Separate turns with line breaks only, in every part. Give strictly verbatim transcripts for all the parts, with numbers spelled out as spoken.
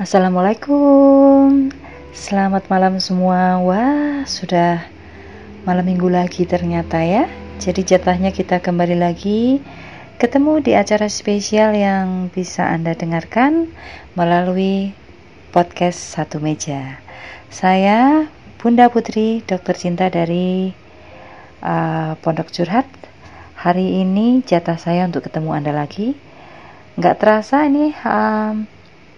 Assalamualaikum, selamat malam semua. Wah, sudah malam minggu lagi ternyata ya. Jadi jatahnya kita kembali lagi ketemu di acara spesial yang bisa Anda dengarkan melalui podcast Satu Meja. Saya Bunda Putri, dokter cinta dari uh, Pondok Curhat. Hari ini jatah saya untuk ketemu Anda lagi. Nggak terasa ini um,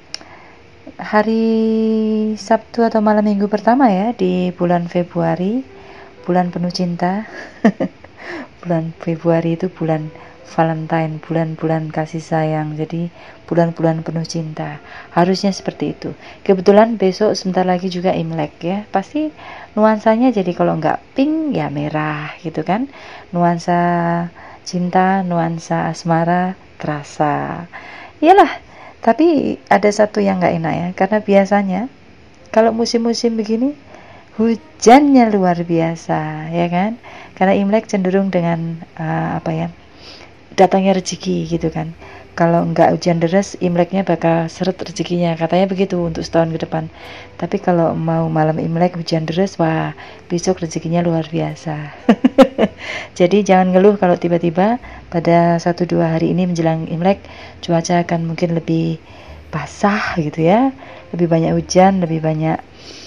hari Sabtu atau malam minggu pertama ya di bulan Februari, bulan penuh cinta. Bulan Februari itu bulan Valentine, bulan-bulan kasih sayang, jadi bulan-bulan penuh cinta. Harusnya seperti itu. Kebetulan besok sebentar lagi juga Imlek ya. Pasti nuansanya jadi kalau enggak pink ya merah gitu kan. Nuansa cinta, nuansa asmara kerasa. Iyalah. Tapi ada satu yang nggak enak ya, karena biasanya kalau musim-musim begini hujannya luar biasa, ya kan? Karena Imlek cenderung dengan uh, apa ya, datangnya rezeki gitu kan. Kalau nggak hujan deras, Imleknya bakal seret rezekinya, katanya begitu untuk setahun ke depan. Tapi kalau mau malam Imlek hujan deras, wah besok rezekinya luar biasa. Jadi jangan ngeluh kalau tiba-tiba pada satu dua hari ini menjelang Imlek cuaca akan mungkin lebih basah gitu ya, lebih banyak hujan, lebih banyak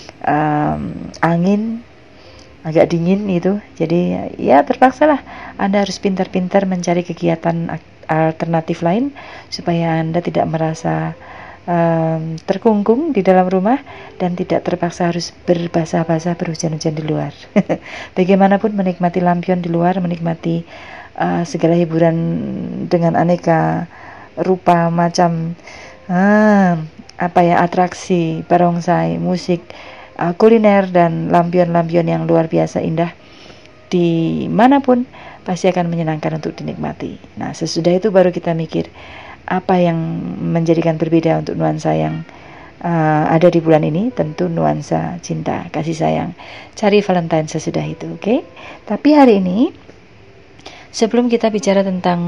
um, angin, agak dingin gitu. Jadi ya terpaksalah Anda harus pintar-pintar mencari kegiatan alternatif lain supaya Anda tidak merasa um, terkungkung di dalam rumah dan tidak terpaksa harus berbasah-basah berhujan-hujan di luar. Bagaimanapun menikmati lampion di luar, menikmati uh, segala hiburan dengan aneka rupa macam uh, apa ya atraksi, barongsai, musik, uh, kuliner dan lampion-lampion yang luar biasa indah dimanapun pasti akan menyenangkan untuk dinikmati. Nah, sesudah itu baru kita mikir apa yang menjadikan berbeda untuk nuansa yang uh, ada di bulan ini. Tentu nuansa cinta, kasih sayang. Cari Valentine sesudah itu, oke? Okay? Tapi hari ini sebelum kita bicara tentang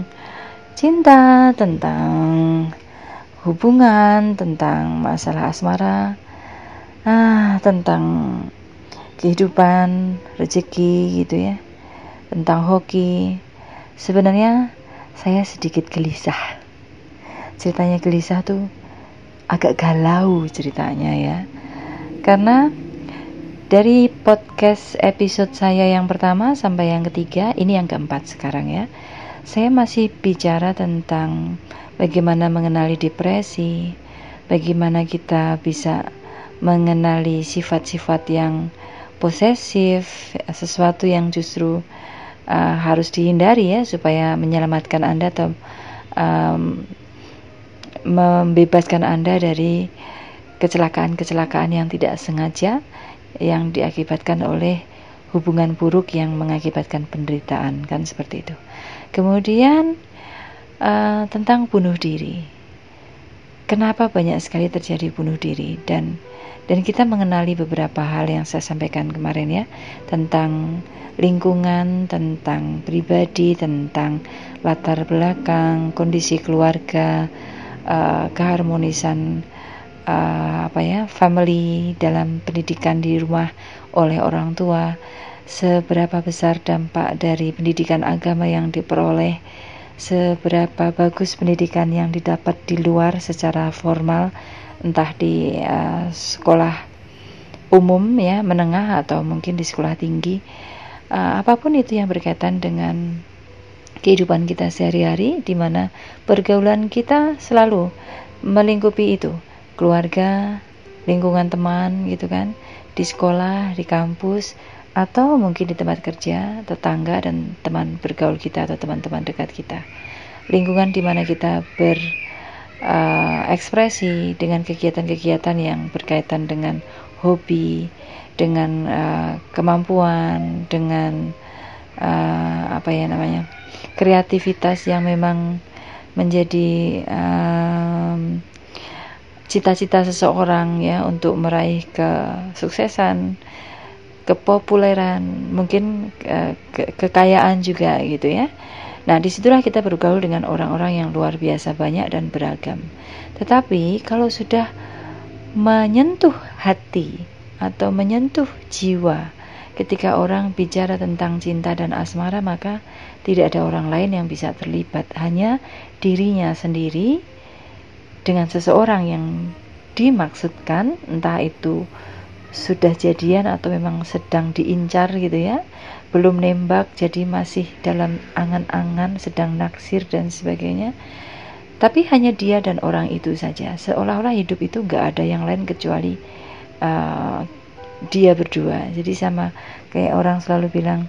cinta, tentang hubungan, tentang masalah asmara, ah, tentang kehidupan, rezeki gitu ya, tentang hoki. Sebenarnya saya sedikit gelisah. Ceritanya gelisah tuh agak galau ceritanya ya. Karena dari podcast episode saya yang pertama sampai yang ketiga, ini yang keempat sekarang ya, saya masih bicara tentang bagaimana mengenali depresi, bagaimana kita bisa mengenali sifat-sifat yang posesif, sesuatu yang justru uh, harus dihindari ya supaya menyelamatkan Anda atau um, membebaskan Anda dari kecelakaan-kecelakaan yang tidak sengaja yang diakibatkan oleh hubungan buruk yang mengakibatkan penderitaan, kan seperti itu. Kemudian uh, tentang bunuh diri. Kenapa banyak sekali terjadi bunuh diri dan dan kita mengenali beberapa hal yang saya sampaikan kemarin ya, tentang lingkungan, tentang pribadi, tentang latar belakang, kondisi keluarga, uh, keharmonisan uh, apa ya, family dalam pendidikan di rumah oleh orang tua, seberapa besar dampak dari pendidikan agama yang diperoleh, seberapa bagus pendidikan yang didapat di luar secara formal, entah di uh, sekolah umum ya, menengah atau mungkin di sekolah tinggi, uh, apapun itu yang berkaitan dengan kehidupan kita sehari-hari, di mana pergaulan kita selalu melingkupi itu, keluarga, lingkungan teman gitu kan, di sekolah, di kampus, atau mungkin di tempat kerja, tetangga dan teman bergaul kita atau teman-teman dekat kita. Lingkungan di mana kita ber Uh, ekspresi dengan kegiatan-kegiatan yang berkaitan dengan hobi, dengan uh, kemampuan, dengan uh, apa ya namanya, kreativitas yang memang menjadi um, cita-cita seseorang ya untuk meraih kesuksesan, kepopuleran, mungkin uh, ke- kekayaan juga gitu ya. Nah, disitulah kita bergaul dengan orang-orang yang luar biasa banyak dan beragam. Tetapi kalau sudah menyentuh hati atau menyentuh jiwa. Ketika orang bicara tentang cinta dan asmara, maka tidak ada orang lain yang bisa terlibat, hanya dirinya sendiri dengan seseorang yang dimaksudkan, entah itu sudah jadian atau memang sedang diincar gitu ya, belum nembak, jadi masih dalam angan-angan, sedang naksir dan sebagainya. Tapi hanya dia dan orang itu saja, seolah-olah hidup itu gak ada yang lain kecuali uh, dia berdua. Jadi sama kayak orang selalu bilang,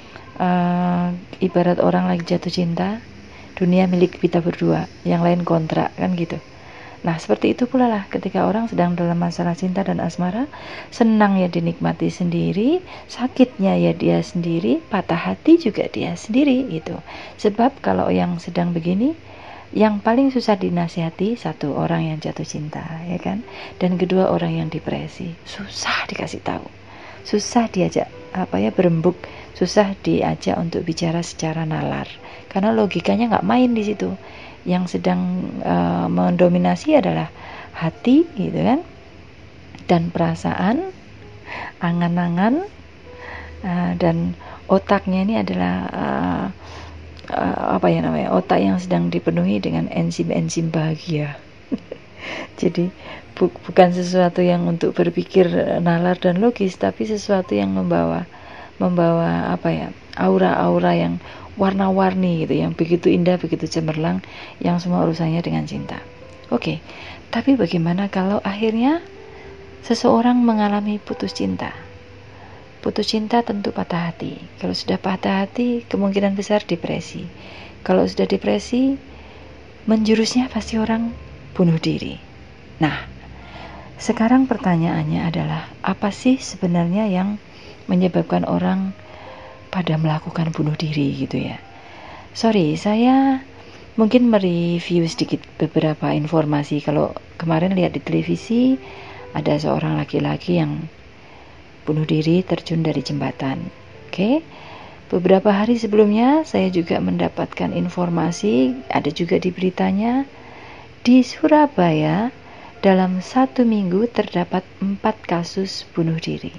uh, ibarat orang lagi jatuh cinta, dunia milik kita berdua, yang lain kontrak, kan gitu. Nah seperti itu pula lah ketika orang sedang dalam masalah cinta dan asmara, senang ya dinikmati sendiri, sakitnya ya dia sendiri, patah hati juga dia sendiri gitu. Sebab kalau yang sedang begini, yang paling susah dinasihati satu orang yang jatuh cinta, ya kan, dan kedua orang yang depresi, susah dikasih tahu, susah diajak apa ya berembuk, susah diajak untuk bicara secara nalar, karena logikanya nggak main di situ. Yang sedang uh, mendominasi adalah hati, gitu kan, dan perasaan, angan-angan, uh, dan otaknya ini adalah uh, Uh, apa ya namanya, otak yang sedang dipenuhi dengan enzim-enzim bahagia. Jadi bu- bukan sesuatu yang untuk berpikir nalar dan logis, tapi sesuatu yang membawa membawa apa ya, aura-aura yang warna-warni gitu, yang begitu indah, begitu cemerlang, yang semua urusannya dengan cinta. Oke, tapi bagaimana kalau akhirnya seseorang mengalami putus cinta? Putus cinta tentu patah hati. Kalau sudah patah hati, kemungkinan besar depresi. Kalau sudah depresi, menjurusnya pasti orang bunuh diri. Nah, sekarang pertanyaannya adalah, apa sih sebenarnya yang menyebabkan orang pada melakukan bunuh diri gitu ya? Sorry, saya mungkin mereview sedikit beberapa informasi. Kalau kemarin lihat di televisi, ada seorang laki-laki yang bunuh diri terjun dari jembatan. Oke, beberapa hari sebelumnya saya juga mendapatkan informasi, ada juga di beritanya, di Surabaya dalam satu minggu terdapat empat kasus bunuh diri.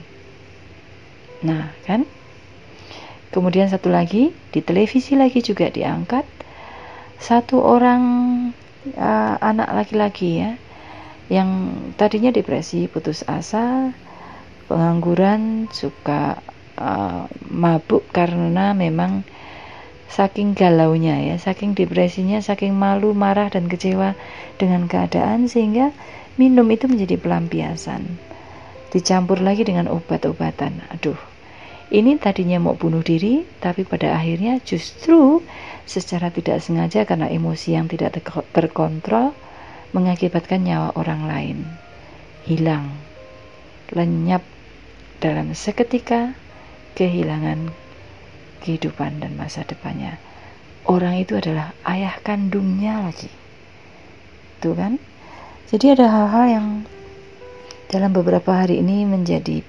Nah kan, kemudian satu lagi di televisi lagi juga diangkat, satu orang uh, anak laki-laki ya, yang tadinya depresi, putus asa, pengangguran, suka uh, mabuk karena memang saking galaunya ya, saking depresinya, saking malu, marah dan kecewa dengan keadaan, sehingga minum itu menjadi pelampiasan, dicampur lagi dengan obat-obatan. Aduh, ini tadinya mau bunuh diri, tapi pada akhirnya justru secara tidak sengaja karena emosi yang tidak terkontrol mengakibatkan nyawa orang lain hilang, lenyap dalam seketika, kehilangan kehidupan dan masa depannya. Orang itu adalah ayah kandungnya lagi, tuh kan. Jadi ada hal-hal yang dalam beberapa hari ini menjadi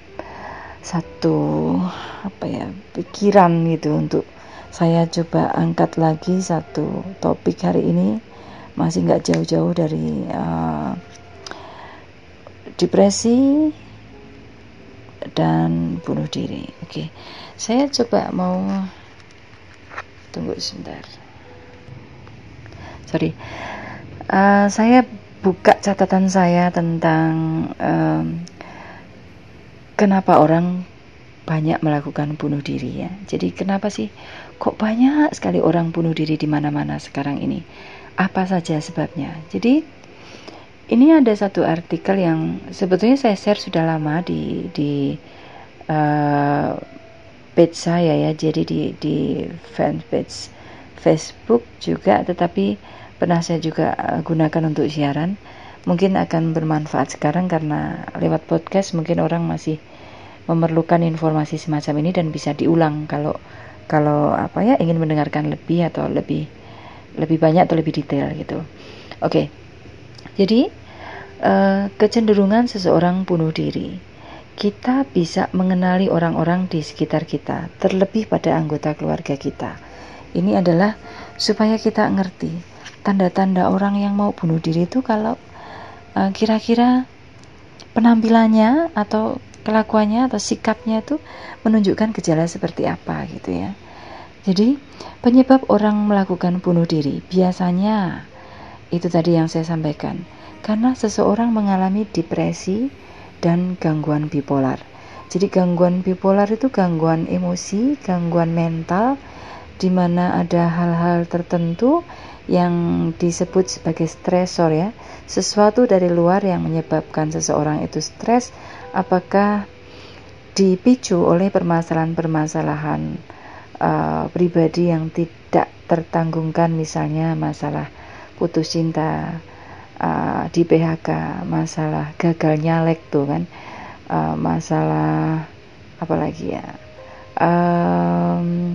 satu apa ya, pikiran gitu untuk saya coba angkat lagi satu topik hari ini. Masih nggak jauh-jauh dari uh, depresi dan bunuh diri. Oke, saya coba mau tunggu sebentar. Sorry, uh, saya buka catatan saya tentang um, kenapa orang banyak melakukan bunuh diri ya. Jadi kenapa sih kok banyak sekali orang bunuh diri di mana-mana sekarang ini? Apa saja sebabnya? Jadi ini ada satu artikel yang sebetulnya saya share sudah lama di di uh, page saya ya, jadi di di fanpage Facebook juga, tetapi pernah saya juga uh, gunakan untuk siaran. Mungkin akan bermanfaat sekarang karena lewat podcast mungkin orang masih memerlukan informasi semacam ini dan bisa diulang kalau kalau apa ya, ingin mendengarkan lebih atau lebih lebih banyak atau lebih detail gitu. Oke. Okay. Jadi uh, kecenderungan seseorang bunuh diri, kita bisa mengenali orang-orang di sekitar kita, terlebih pada anggota keluarga kita. Ini adalah supaya kita ngerti tanda-tanda orang yang mau bunuh diri itu. Kalau uh, kira-kira penampilannya atau kelakuannya atau sikapnya itu menunjukkan gejala seperti apa gitu ya. Jadi penyebab orang melakukan bunuh diri biasanya itu tadi yang saya sampaikan, karena seseorang mengalami depresi dan gangguan bipolar. Jadi gangguan bipolar itu gangguan emosi, gangguan mental, di mana ada hal-hal tertentu yang disebut sebagai stresor ya, sesuatu dari luar yang menyebabkan seseorang itu stres, apakah dipicu oleh permasalahan-permasalahan uh, pribadi yang tidak tertanggungkan, misalnya masalah putus cinta, uh, di P H K, masalah gagal nyalek tuh kan, uh, masalah apa lagi ya, um,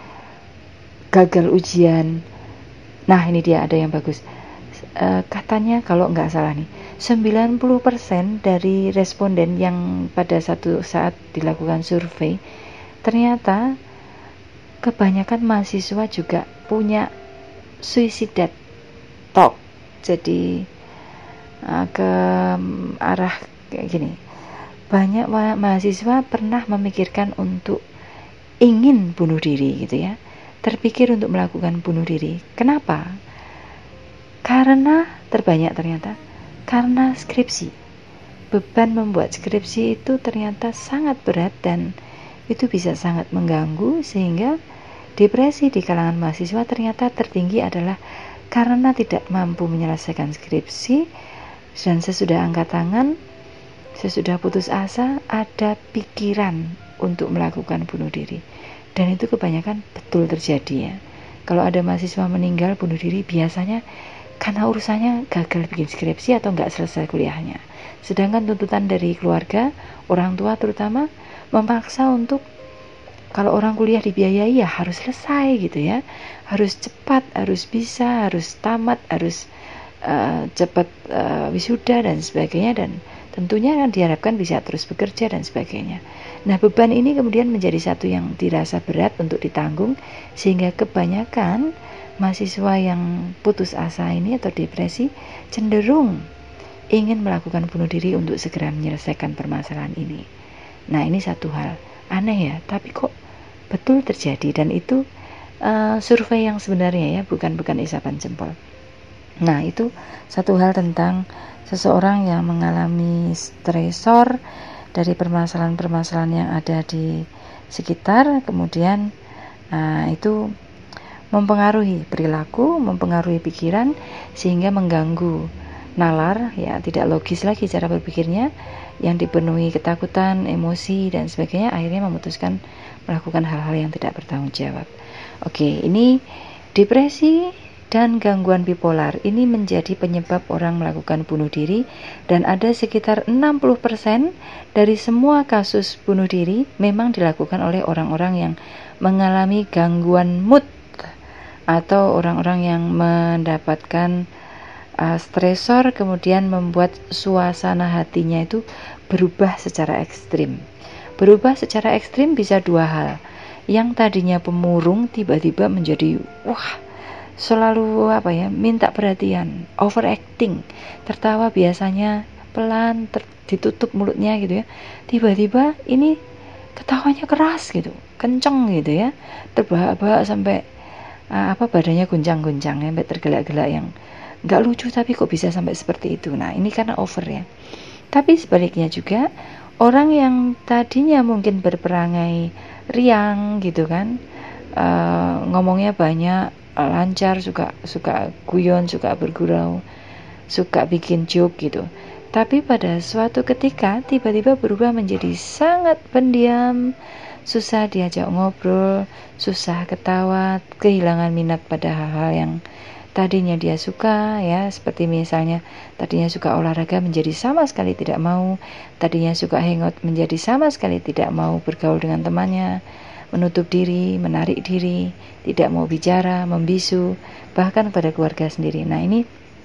gagal ujian. Nah ini dia ada yang bagus, uh, katanya kalau nggak salah nih, sembilan puluh persen dari responden yang pada satu saat dilakukan survei, ternyata kebanyakan mahasiswa juga punya suicidal talk. Jadi uh, ke um, arah kayak gini, banyak ma- mahasiswa pernah memikirkan untuk ingin bunuh diri gitu ya, terpikir untuk melakukan bunuh diri. Kenapa? Karena terbanyak ternyata karena skripsi. Beban membuat skripsi itu ternyata sangat berat dan itu bisa sangat mengganggu, sehingga depresi di kalangan mahasiswa ternyata tertinggi adalah karena tidak mampu menyelesaikan skripsi, dan sesudah angkat tangan, sesudah putus asa, ada pikiran untuk melakukan bunuh diri. Dan itu kebanyakan betul terjadi ya. Kalau ada mahasiswa meninggal bunuh diri biasanya karena urusannya gagal bikin skripsi atau nggak selesai kuliahnya. Sedangkan tuntutan dari keluarga, orang tua terutama, memaksa untuk kalau orang kuliah dibiayai ya harus selesai gitu ya, harus cepat, harus bisa, harus tamat, harus uh, cepat uh, wisuda dan sebagainya, dan tentunya kan diharapkan bisa terus bekerja dan sebagainya. Nah beban ini kemudian menjadi satu yang dirasa berat untuk ditanggung, sehingga kebanyakan mahasiswa yang putus asa ini atau depresi cenderung ingin melakukan bunuh diri untuk segera menyelesaikan permasalahan ini. Nah ini satu hal aneh ya, tapi kok betul terjadi, dan itu uh, survei yang sebenarnya ya, bukan bukan isapan jempol. Nah itu satu hal tentang seseorang yang mengalami stresor dari permasalahan-permasalahan yang ada di sekitar, kemudian uh, itu mempengaruhi perilaku, mempengaruhi pikiran, sehingga mengganggu nalar ya, tidak logis lagi cara berpikirnya, yang dipenuhi ketakutan, emosi dan sebagainya, akhirnya memutuskan melakukan hal-hal yang tidak bertanggung jawab. Oke, ini depresi dan gangguan bipolar ini menjadi penyebab orang melakukan bunuh diri, dan ada sekitar enam puluh persen dari semua kasus bunuh diri memang dilakukan oleh orang-orang yang mengalami gangguan mood atau orang-orang yang mendapatkan uh, stresor, kemudian membuat suasana hatinya itu berubah secara ekstrim. Berubah secara ekstrim bisa dua hal. Yang tadinya pemurung tiba-tiba menjadi wah, selalu apa ya, minta perhatian, overacting. Tertawa biasanya pelan, ter, ditutup mulutnya gitu ya. Tiba-tiba ini ketawanya keras gitu, kenceng gitu ya. Terbahak-bahak sampai uh, apa badannya guncang-guncang ya, sampai tergelak-gelak, yang nggak lucu tapi kok bisa sampai seperti itu. Nah ini karena over ya. Tapi sebaliknya juga, orang yang tadinya mungkin berperangai riang gitu kan, uh, ngomongnya banyak, uh, lancar, suka suka guyon, suka bergurau, suka bikin joke gitu, tapi pada suatu ketika tiba-tiba berubah menjadi sangat pendiam, susah diajak ngobrol, susah ketawa, kehilangan minat pada hal-hal yang tadinya dia suka ya, seperti misalnya tadinya suka olahraga menjadi sama sekali tidak mau, tadinya suka hangout menjadi sama sekali tidak mau bergaul dengan temannya, menutup diri, menarik diri, tidak mau bicara, membisu, bahkan pada keluarga sendiri. Nah ini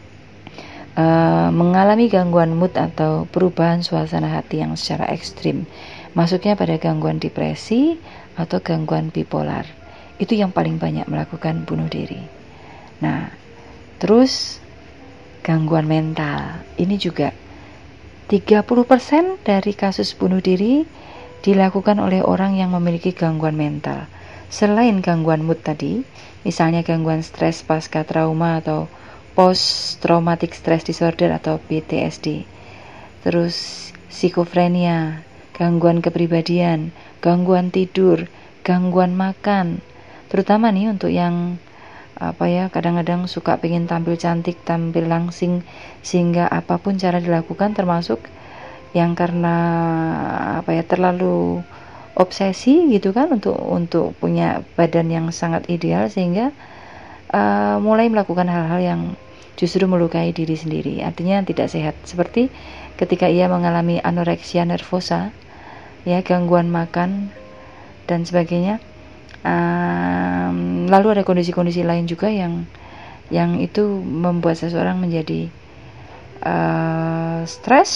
uh, mengalami gangguan mood atau perubahan suasana hati yang secara ekstrim, masuknya pada gangguan depresi atau gangguan bipolar. Itu yang paling banyak melakukan bunuh diri. Nah, terus gangguan mental ini juga tiga puluh persen dari kasus bunuh diri dilakukan oleh orang yang memiliki gangguan mental. Selain gangguan mood tadi, misalnya gangguan stres pasca trauma atau post traumatic stress disorder atau P T S D. Terus psikofrenia, gangguan kepribadian, gangguan tidur, gangguan makan. Terutama nih untuk yang apa ya, kadang-kadang suka pengen tampil cantik, tampil langsing, sehingga apapun cara dilakukan, termasuk yang karena apa ya, terlalu obsesi gitu kan untuk untuk punya badan yang sangat ideal, sehingga uh, mulai melakukan hal-hal yang justru melukai diri sendiri, artinya tidak sehat, seperti ketika ia mengalami anoreksia nervosa, ya, gangguan makan dan sebagainya. Um, lalu ada kondisi-kondisi lain juga yang yang itu membuat seseorang menjadi uh, stres,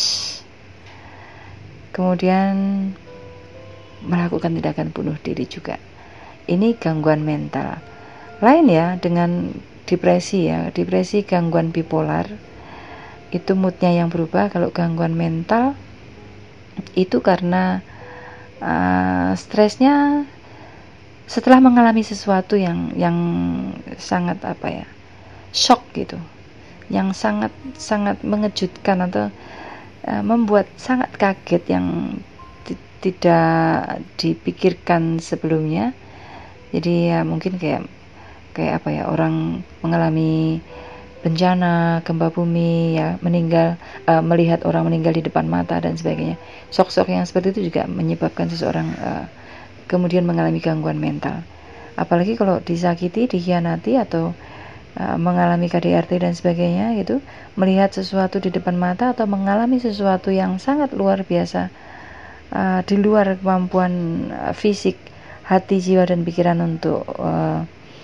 kemudian melakukan tindakan bunuh diri juga. Ini gangguan mental. Lain ya dengan depresi ya, depresi gangguan bipolar, itu moodnya yang berubah. Kalau gangguan mental itu karena uh, stresnya setelah mengalami sesuatu yang yang sangat apa ya, shock gitu, yang sangat sangat mengejutkan atau uh, membuat sangat kaget, yang t- tidak dipikirkan sebelumnya. Jadi ya mungkin kayak kayak apa ya, orang mengalami bencana, gempa bumi, ya, meninggal, uh, melihat orang meninggal di depan mata dan sebagainya. Shock-shock yang seperti itu juga menyebabkan seseorang uh, kemudian mengalami gangguan mental. Apalagi kalau disakiti, dikhianati, atau uh, mengalami K D R T dan sebagainya gitu, melihat sesuatu di depan mata atau mengalami sesuatu yang sangat luar biasa, uh, di luar kemampuan uh, fisik, hati, jiwa dan pikiran untuk uh,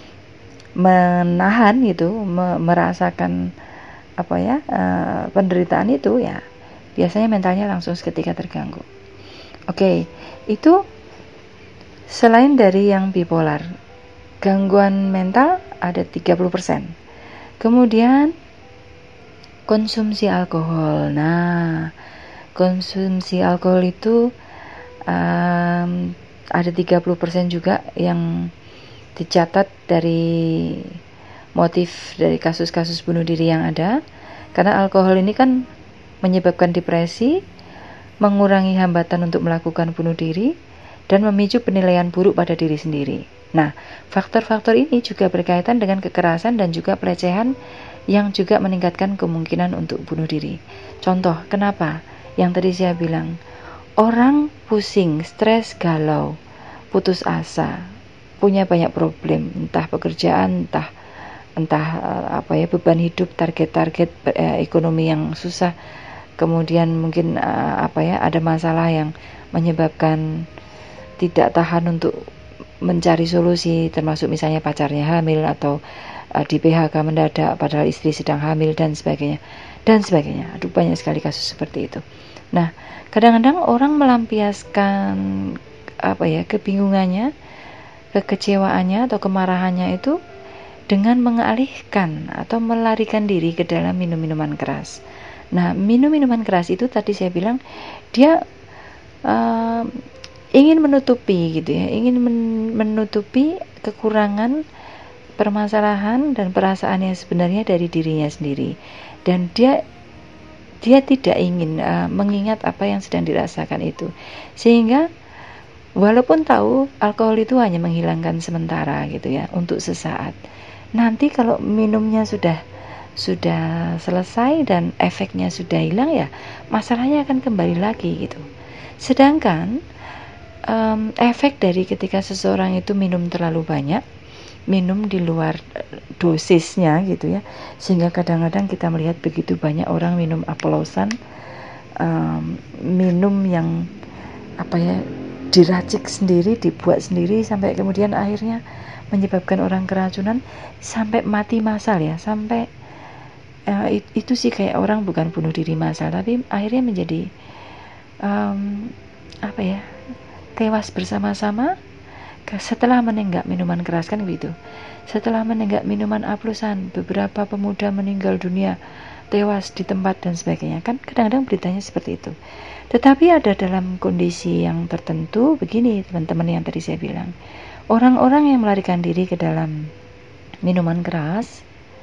menahan gitu, me- merasakan apa ya, uh, penderitaan itu, ya biasanya mentalnya langsung seketika terganggu. Oke, okay, itu selain dari yang bipolar, gangguan mental ada tiga puluh persen. Kemudian konsumsi alkohol. Nah, konsumsi alkohol itu um, ada tiga puluh persen juga yang dicatat dari motif dari kasus-kasus bunuh diri yang ada. Karena alkohol ini kan menyebabkan depresi, mengurangi hambatan untuk melakukan bunuh diri, dan memicu penilaian buruk pada diri sendiri. Nah, faktor-faktor ini juga berkaitan dengan kekerasan dan juga pelecehan yang juga meningkatkan kemungkinan untuk bunuh diri. Contoh, kenapa? Yang tadi saya bilang, orang pusing, stres, galau, putus asa, punya banyak problem, entah pekerjaan, entah entah apa ya, beban hidup, target-target eh, ekonomi yang susah, kemudian mungkin eh, apa ya, ada masalah yang menyebabkan tidak tahan untuk mencari solusi, termasuk misalnya pacarnya hamil atau uh, di P H K mendadak padahal istri sedang hamil dan sebagainya dan sebagainya. Aduh, banyak sekali kasus seperti itu. Nah, kadang-kadang orang melampiaskan apa ya, kebingungannya, kekecewaannya atau kemarahannya itu dengan mengalihkan atau melarikan diri ke dalam minum-minuman keras. Nah, minum-minuman keras itu tadi saya bilang dia uh, ingin menutupi gitu ya, ingin men- menutupi kekurangan, permasalahan dan perasaan yang sebenarnya dari dirinya sendiri, dan dia dia tidak ingin uh, mengingat apa yang sedang dirasakan itu, sehingga walaupun tahu alkohol itu hanya menghilangkan sementara gitu ya, untuk sesaat, nanti kalau minumnya sudah sudah selesai dan efeknya sudah hilang, ya masalahnya akan kembali lagi gitu. Sedangkan Um, efek dari ketika seseorang itu minum terlalu banyak, minum di luar dosisnya gitu ya, sehingga kadang-kadang kita melihat begitu banyak orang minum oplosan, um, minum yang apa ya, diracik sendiri, dibuat sendiri, sampai kemudian akhirnya menyebabkan orang keracunan sampai mati massal ya, sampai uh, itu sih kayak orang bukan bunuh diri massal, tapi akhirnya menjadi um, apa ya, tewas bersama-sama setelah menenggak minuman keras, kan begitu. Setelah menenggak minuman oplosan, beberapa pemuda meninggal dunia tewas di tempat dan sebagainya. Kan kadang-kadang beritanya seperti itu. Tetapi ada dalam kondisi yang tertentu begini teman-teman yang tadi saya bilang. Orang-orang yang melarikan diri ke dalam minuman keras,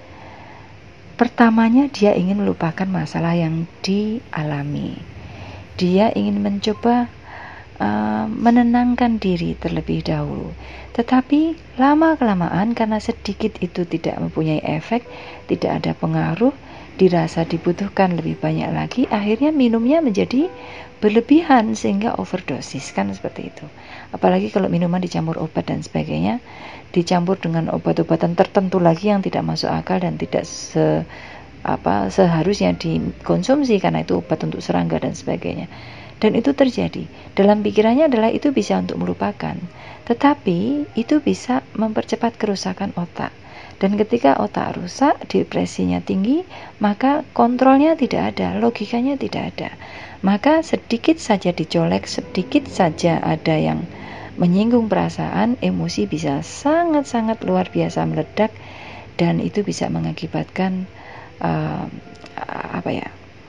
pertamanya dia ingin melupakan masalah yang dialami. Dia ingin mencoba uh, menenangkan diri terlebih dahulu. Tetapi lama-kelamaan karena sedikit itu tidak mempunyai efek, tidak ada pengaruh, dirasa dibutuhkan lebih banyak lagi, akhirnya minumnya menjadi berlebihan sehingga overdosis, kan seperti itu. Apalagi kalau minuman dicampur obat dan sebagainya, dicampur dengan obat-obatan tertentu lagi yang tidak masuk akal dan tidak se apa seharusnya dikonsumsi karena itu obat untuk serangga dan sebagainya. Dan itu terjadi. Dalam pikirannya adalah itu bisa untuk melupakan. Tetapi itu bisa mempercepat kerusakan otak. Dan ketika otak rusak, depresinya tinggi, maka kontrolnya tidak ada, logikanya tidak ada. Maka sedikit saja dicolek, sedikit saja ada yang menyinggung perasaan, emosi bisa sangat-sangat luar biasa meledak, dan itu bisa mengakibatkan uh, apa ya?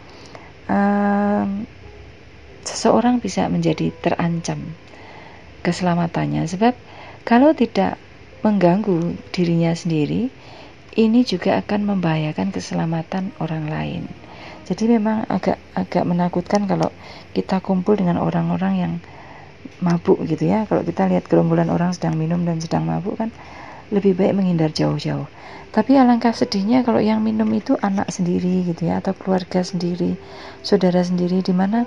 Uh, seseorang bisa menjadi terancam keselamatannya, sebab kalau tidak mengganggu dirinya sendiri, ini juga akan membahayakan keselamatan orang lain. Jadi memang agak agak menakutkan kalau kita kumpul dengan orang-orang yang mabuk gitu ya. Kalau kita lihat gerombolan orang sedang minum dan sedang mabuk, kan lebih baik menghindar jauh-jauh. Tapi alangkah sedihnya kalau yang minum itu anak sendiri gitu ya, atau keluarga sendiri, saudara sendiri, di mana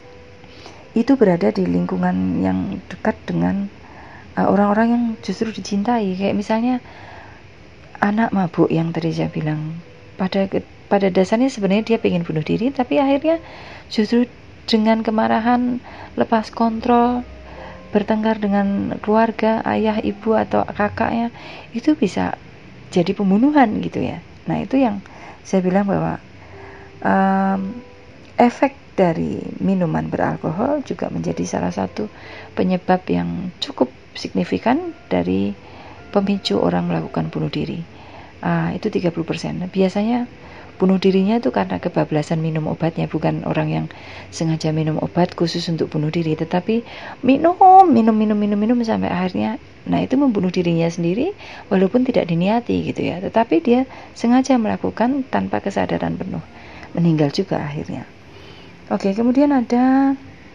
itu berada di lingkungan yang dekat dengan uh, orang-orang yang justru dicintai. Kayak misalnya anak mabuk yang tadi saya bilang, pada pada dasarnya sebenarnya dia pengen bunuh diri, tapi akhirnya justru dengan kemarahan, lepas kontrol, bertengkar dengan keluarga, ayah, ibu, atau kakaknya, itu bisa jadi pembunuhan gitu ya. Nah itu yang saya bilang bahwa um, efek dari minuman beralkohol juga menjadi salah satu penyebab yang cukup signifikan dari pemicu orang melakukan bunuh diri. Uh, itu tiga puluh persen. Biasanya bunuh dirinya itu karena kebablasan minum obatnya, bukan orang yang sengaja minum obat khusus untuk bunuh diri, tetapi minum, minum, minum, minum, minum sampai akhirnya, nah itu membunuh dirinya sendiri walaupun tidak diniati gitu ya, tetapi dia sengaja melakukan tanpa kesadaran penuh, meninggal juga akhirnya. Oke, kemudian ada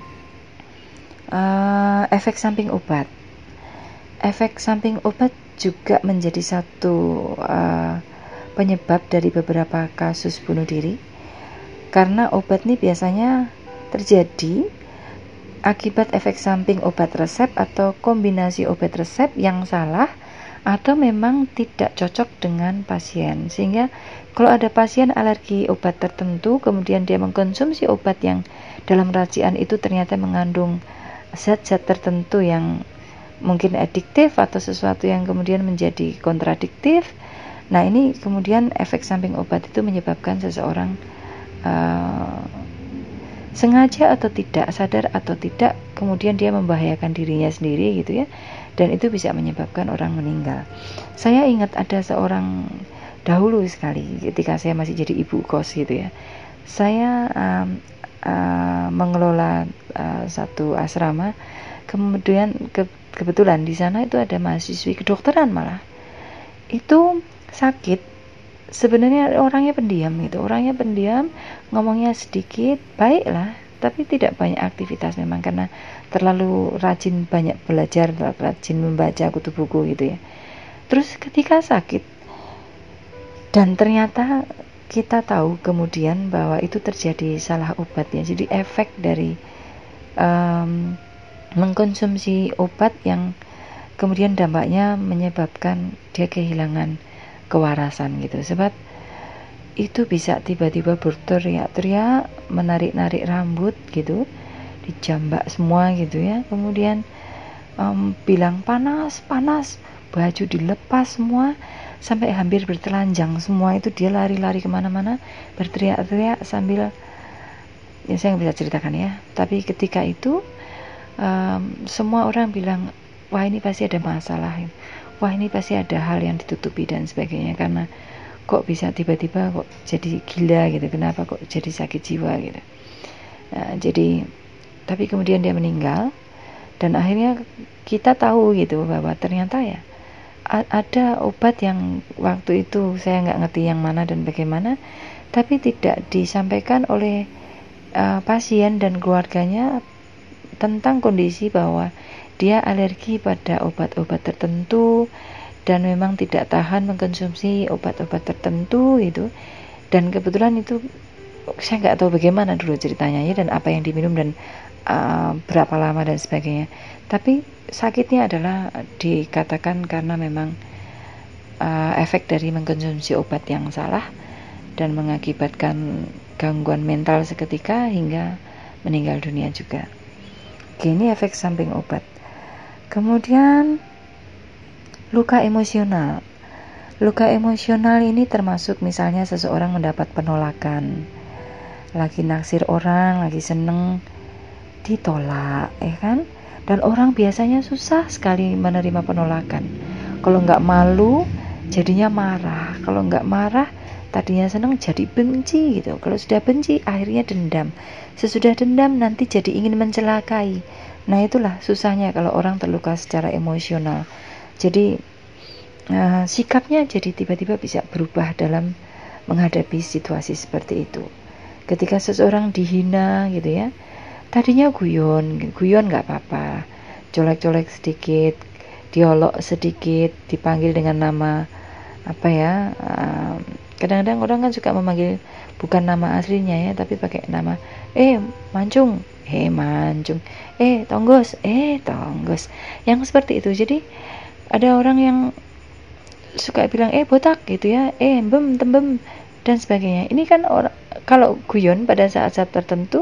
uh, efek samping obat. Efek samping obat juga menjadi satu uh, penyebab dari beberapa kasus bunuh diri, karena obat ini biasanya terjadi akibat efek samping obat resep atau kombinasi obat resep yang salah atau memang tidak cocok dengan pasien, sehingga kalau ada pasien alergi obat tertentu kemudian dia mengkonsumsi obat yang dalam racian itu ternyata mengandung zat-zat tertentu yang mungkin adiktif atau sesuatu yang kemudian menjadi kontradiktif. Nah ini kemudian efek samping obat itu menyebabkan seseorang uh, sengaja atau tidak, sadar atau tidak, kemudian dia membahayakan dirinya sendiri gitu ya, dan itu bisa menyebabkan orang meninggal. Saya ingat ada seorang dahulu sekali ketika saya masih jadi ibu kos gitu ya, saya um, uh, mengelola uh, satu asrama, kemudian ke, kebetulan di sana itu ada mahasiswi kedokteran malah itu sakit. Sebenarnya orangnya pendiam gitu, orangnya pendiam, ngomongnya sedikit, baiklah, tapi tidak banyak aktivitas memang karena terlalu rajin banyak belajar, rajin membaca kutu buku gitu ya. Terus ketika sakit, dan ternyata kita tahu kemudian bahwa itu terjadi salah obat ya, jadi efek dari um, mengkonsumsi obat yang kemudian dampaknya menyebabkan dia kehilangan kewarasan gitu, sebab itu bisa tiba-tiba berteriak-teriak, menarik-narik rambut gitu, dijambak semua gitu ya, kemudian um, bilang panas, panas, baju dilepas semua, sampai hampir bertelanjang semua, itu dia lari-lari kemana-mana, berteriak-teriak sambil, ya saya nggak bisa ceritakan ya, tapi ketika itu um, semua orang bilang, wah ini pasti ada masalah, wah ini pasti ada hal yang ditutupi dan sebagainya, karena kok bisa tiba-tiba kok jadi gila gitu, kenapa kok jadi sakit jiwa gitu. Nah, jadi tapi kemudian dia meninggal, dan akhirnya kita tahu gitu bahwa ternyata ya ada obat yang waktu itu saya nggak ngerti yang mana dan bagaimana, tapi tidak disampaikan oleh uh, pasien dan keluarganya tentang kondisi bahwa dia alergi pada obat-obat tertentu dan memang tidak tahan mengkonsumsi obat-obat tertentu itu. Dan kebetulan itu saya nggak tahu bagaimana dulu ceritanya ya, dan apa yang diminum dan uh, berapa lama dan sebagainya. Tapi sakitnya adalah dikatakan karena memang uh, efek dari mengkonsumsi obat yang salah dan mengakibatkan gangguan mental seketika hingga meninggal dunia juga. Oke, ini efek samping obat. Kemudian luka emosional. Luka emosional ini termasuk misalnya seseorang mendapat penolakan, lagi naksir orang, lagi seneng, ditolak, ya kan? Dan orang biasanya susah sekali menerima penolakan. Kalau nggak malu, jadinya marah. Kalau nggak marah, tadinya seneng jadi benci gitu. Kalau sudah benci, akhirnya dendam. Sesudah dendam, nanti jadi ingin mencelakai. Nah, itulah susahnya kalau orang terluka secara emosional. Jadi Nah, sikapnya jadi tiba-tiba bisa berubah dalam menghadapi situasi seperti itu. Ketika seseorang dihina gitu ya, tadinya guyon, guyon nggak apa-apa, colek-colek sedikit, diolok sedikit, dipanggil dengan nama apa ya, uh, kadang-kadang orang kan suka memanggil bukan nama aslinya ya, tapi pakai nama, eh mancung, eh mancung, eh tonggos, eh tonggos, yang seperti itu. Jadi ada orang yang suka bilang eh botak gitu ya, eh embem tembem dan sebagainya. Ini kan orang kalau guyon pada saat-saat tertentu,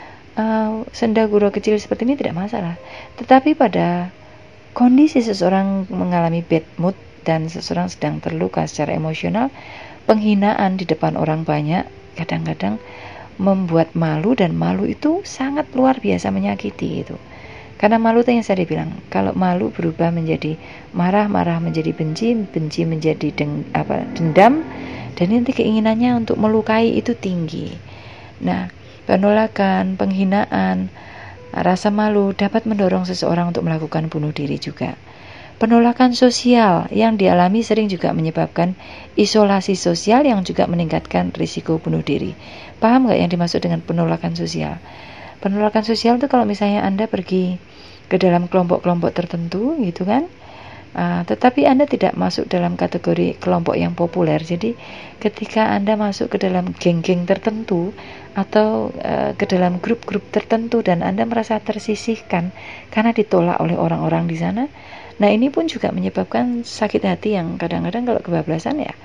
uh, senda gurau kecil seperti ini tidak masalah. Tetapi pada kondisi seseorang mengalami bad mood dan seseorang sedang terluka secara emosional, penghinaan di depan orang banyak kadang-kadang membuat malu, dan malu itu sangat luar biasa menyakiti itu. Karena malu itu yang saya bilang, kalau malu berubah menjadi marah, marah menjadi benci, benci menjadi deng, apa, dendam, dan nanti keinginannya untuk melukai itu tinggi. Nah, penolakan, penghinaan, rasa malu dapat mendorong seseorang untuk melakukan bunuh diri juga. Penolakan sosial yang dialami sering juga menyebabkan isolasi sosial yang juga meningkatkan risiko bunuh diri. Paham nggak yang dimaksud dengan penolakan sosial? Penolakan sosial itu kalau misalnya Anda pergi ke dalam kelompok-kelompok tertentu gitu kan, uh, tetapi Anda tidak masuk dalam kategori kelompok yang populer. Jadi ketika Anda masuk ke dalam geng-geng tertentu atau uh, ke dalam grup-grup tertentu dan Anda merasa tersisihkan karena ditolak oleh orang-orang di sana, nah ini pun juga menyebabkan sakit hati yang kadang-kadang kalau kebablasan ya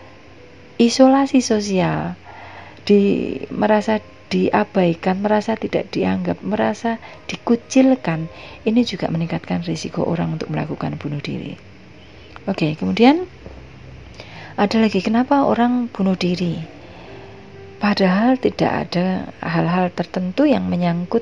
isolasi sosial, di merasa diabaikan, merasa tidak dianggap, merasa dikucilkan. Ini juga meningkatkan risiko orang untuk melakukan bunuh diri. Oke, kemudian ada lagi, kenapa orang bunuh diri? Padahal tidak ada hal-hal tertentu yang menyangkut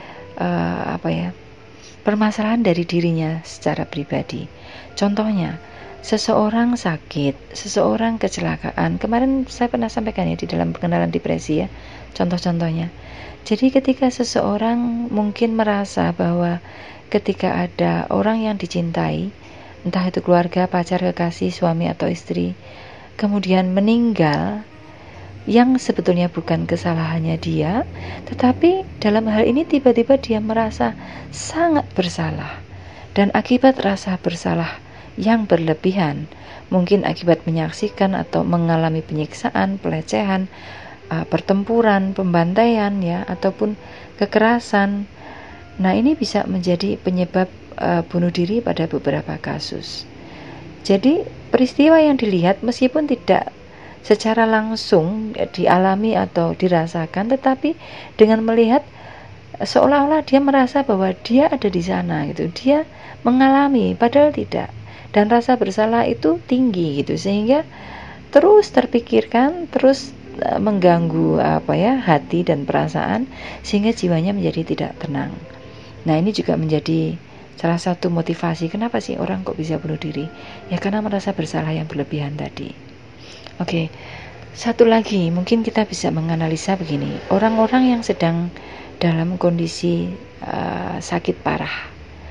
uh, apa ya, permasalahan dari dirinya secara pribadi. Contohnya, seseorang sakit, seseorang kecelakaan. Kemarin saya pernah sampaikan ya di dalam pengenalan depresi ya, contoh-contohnya. Jadi ketika seseorang mungkin merasa bahwa ketika ada orang yang dicintai, entah itu keluarga, pacar, kekasih, suami atau istri, kemudian meninggal, yang sebetulnya bukan kesalahannya dia, tetapi dalam hal ini tiba-tiba dia merasa sangat bersalah. Dan akibat rasa bersalah yang berlebihan, mungkin akibat menyaksikan atau mengalami penyiksaan, pelecehan, uh, pertempuran, pembantaian ya, ataupun kekerasan. Nah, ini bisa menjadi penyebab uh, bunuh diri pada beberapa kasus. Jadi peristiwa yang dilihat meskipun tidak secara langsung dialami atau dirasakan, tetapi dengan melihat seolah-olah dia merasa bahwa dia ada di sana gitu, dia mengalami padahal tidak. Dan rasa bersalah itu tinggi gitu, sehingga terus terpikirkan, terus uh, mengganggu apa ya hati dan perasaan, sehingga jiwanya menjadi tidak tenang. Nah, ini juga menjadi salah satu motivasi kenapa sih orang kok bisa bunuh diri, ya karena merasa bersalah yang berlebihan tadi. Oke, satu lagi mungkin kita bisa menganalisa begini, orang-orang yang sedang dalam kondisi uh, sakit parah,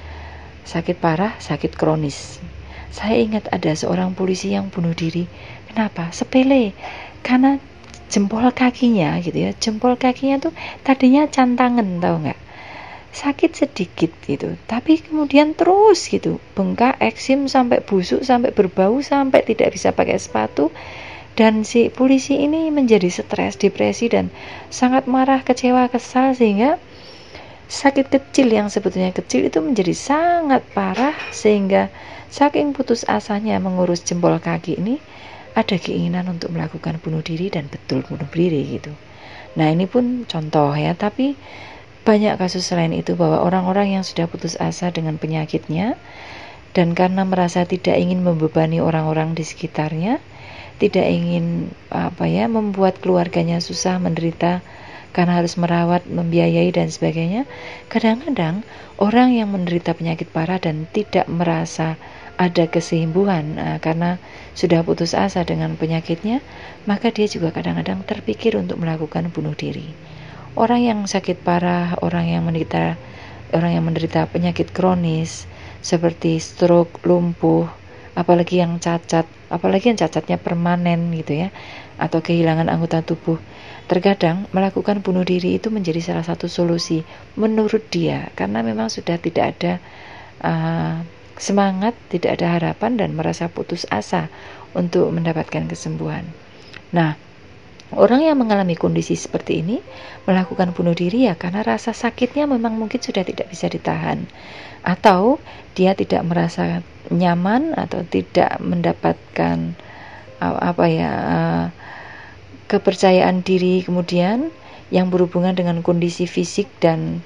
sakit parah, sakit kronis. Saya ingat ada seorang polisi yang bunuh diri. Kenapa? Sepele, karena jempol kakinya gitu ya, jempol kakinya tuh tadinya cantangan, tahu nggak? Sakit sedikit gitu, tapi kemudian terus gitu, bengkak, eksim, sampai busuk, sampai berbau, sampai tidak bisa pakai sepatu. Dan si polisi ini menjadi stres, depresi, dan sangat marah, kecewa, kesal, sehingga sakit kecil yang sebetulnya kecil itu menjadi sangat parah, sehingga saking putus asanya mengurus jempol kaki ini, ada keinginan untuk melakukan bunuh diri, dan betul bunuh diri gitu. Nah, ini pun contoh ya, tapi banyak kasus selain itu, bahwa orang-orang yang sudah putus asa dengan penyakitnya, dan karena merasa tidak ingin membebani orang-orang di sekitarnya, tidak ingin apa ya membuat keluarganya susah, menderita karena harus merawat, membiayai dan sebagainya. Kadang-kadang orang yang menderita penyakit parah dan tidak merasa ada kesembuhan nah, karena sudah putus asa dengan penyakitnya, maka dia juga kadang-kadang terpikir untuk melakukan bunuh diri. Orang yang sakit parah, orang yang menderita orang yang menderita penyakit kronis seperti stroke, lumpuh, apalagi yang cacat, apalagi yang cacatnya permanen gitu ya, atau kehilangan anggota tubuh, terkadang melakukan bunuh diri itu menjadi salah satu solusi menurut dia, karena memang sudah tidak ada uh, semangat, tidak ada harapan, dan merasa putus asa untuk mendapatkan kesembuhan. Nah, orang yang mengalami kondisi seperti ini melakukan bunuh diri ya karena rasa sakitnya memang mungkin sudah tidak bisa ditahan, atau dia tidak merasa nyaman atau tidak mendapatkan apa ya kepercayaan diri kemudian yang berhubungan dengan kondisi fisik dan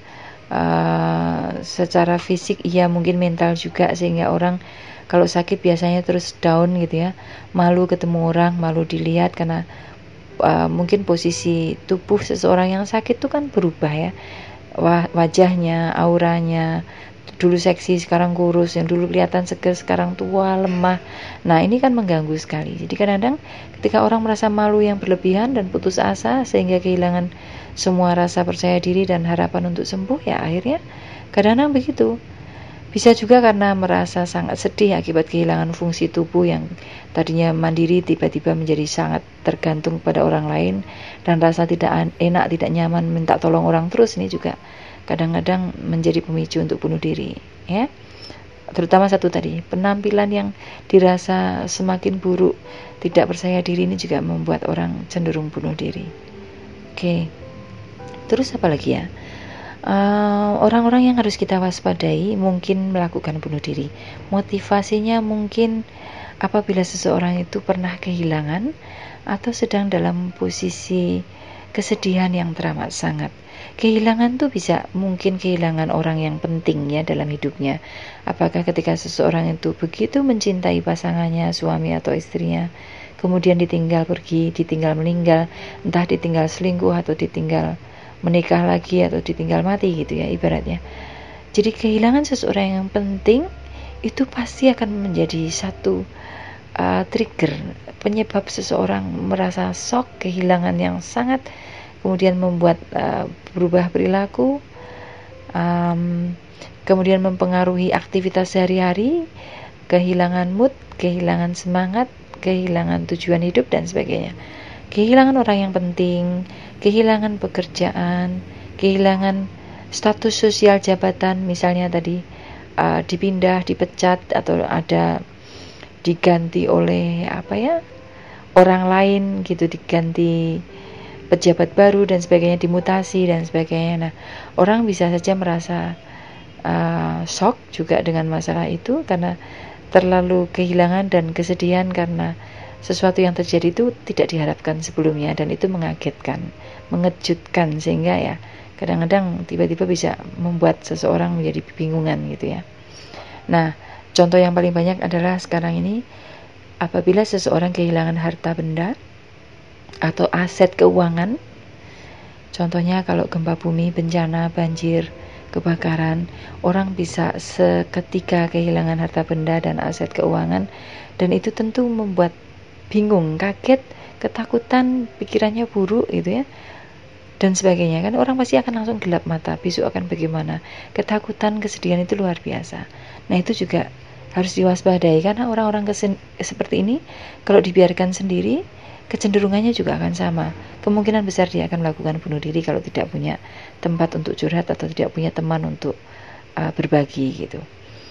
uh, secara fisik ya mungkin mental juga, sehingga orang kalau sakit biasanya terus down gitu ya, malu ketemu orang, malu dilihat karena Uh, mungkin posisi tubuh seseorang yang sakit itu kan berubah ya, wajahnya, auranya, dulu seksi sekarang kurus, yang dulu kelihatan segar sekarang tua, lemah. Nah, ini kan mengganggu sekali. Jadi kadang-kadang ketika orang merasa malu yang berlebihan dan putus asa sehingga kehilangan semua rasa percaya diri dan harapan untuk sembuh, ya akhirnya kadang-kadang begitu. Bisa juga karena merasa sangat sedih akibat kehilangan fungsi tubuh yang tadinya mandiri tiba-tiba menjadi sangat tergantung pada orang lain, dan rasa tidak enak, tidak nyaman, minta tolong orang terus, ini juga kadang-kadang menjadi pemicu untuk bunuh diri ya. Terutama satu tadi, penampilan yang dirasa semakin buruk, tidak percaya diri, ini juga membuat orang cenderung bunuh diri. Oke, terus apa lagi ya? Uh, orang-orang yang harus kita waspadai mungkin melakukan bunuh diri. Motivasinya mungkin apabila seseorang itu pernah kehilangan atau sedang dalam posisi kesedihan yang teramat sangat. Kehilangan tuh bisa mungkin kehilangan orang yang penting ya dalam hidupnya. Apakah ketika seseorang itu begitu mencintai pasangannya, suami atau istrinya, kemudian ditinggal pergi, ditinggal meninggal, entah ditinggal selingkuh atau ditinggal menikah lagi atau ditinggal mati gitu ya ibaratnya. Jadi kehilangan seseorang yang penting itu pasti akan menjadi satu uh, trigger penyebab seseorang merasa shock, kehilangan yang sangat, kemudian membuat uh, berubah perilaku, um, kemudian mempengaruhi aktivitas sehari-hari, kehilangan mood, kehilangan semangat, kehilangan tujuan hidup dan sebagainya. Kehilangan orang yang penting, kehilangan pekerjaan, kehilangan status sosial jabatan, misalnya tadi uh, dipindah, dipecat, atau ada diganti oleh apa ya orang lain gitu, diganti pejabat baru dan sebagainya, dimutasi dan sebagainya. Nah, orang bisa saja merasa uh, shock juga dengan masalah itu karena terlalu kehilangan dan kesedihan karena sesuatu yang terjadi itu tidak diharapkan sebelumnya, dan itu mengagetkan, mengejutkan, sehingga ya kadang-kadang tiba-tiba bisa membuat seseorang menjadi kebingungan gitu ya. Nah, contoh yang paling banyak adalah sekarang ini apabila seseorang kehilangan harta benda atau aset keuangan. Contohnya kalau gempa bumi, bencana, banjir, kebakaran, orang bisa seketika kehilangan harta benda dan aset keuangan, dan itu tentu membuat bingung, kaget, ketakutan, pikirannya buruk gitu ya, dan sebagainya. Kan orang pasti akan langsung gelap mata, besok akan bagaimana, ketakutan, kesedihan itu luar biasa. Nah itu juga harus diwaspadai, karena orang-orang kesen- seperti ini kalau dibiarkan sendiri, kecenderungannya juga akan sama. Kemungkinan besar dia akan melakukan bunuh diri kalau tidak punya tempat untuk curhat atau tidak punya teman untuk uh, berbagi gitu.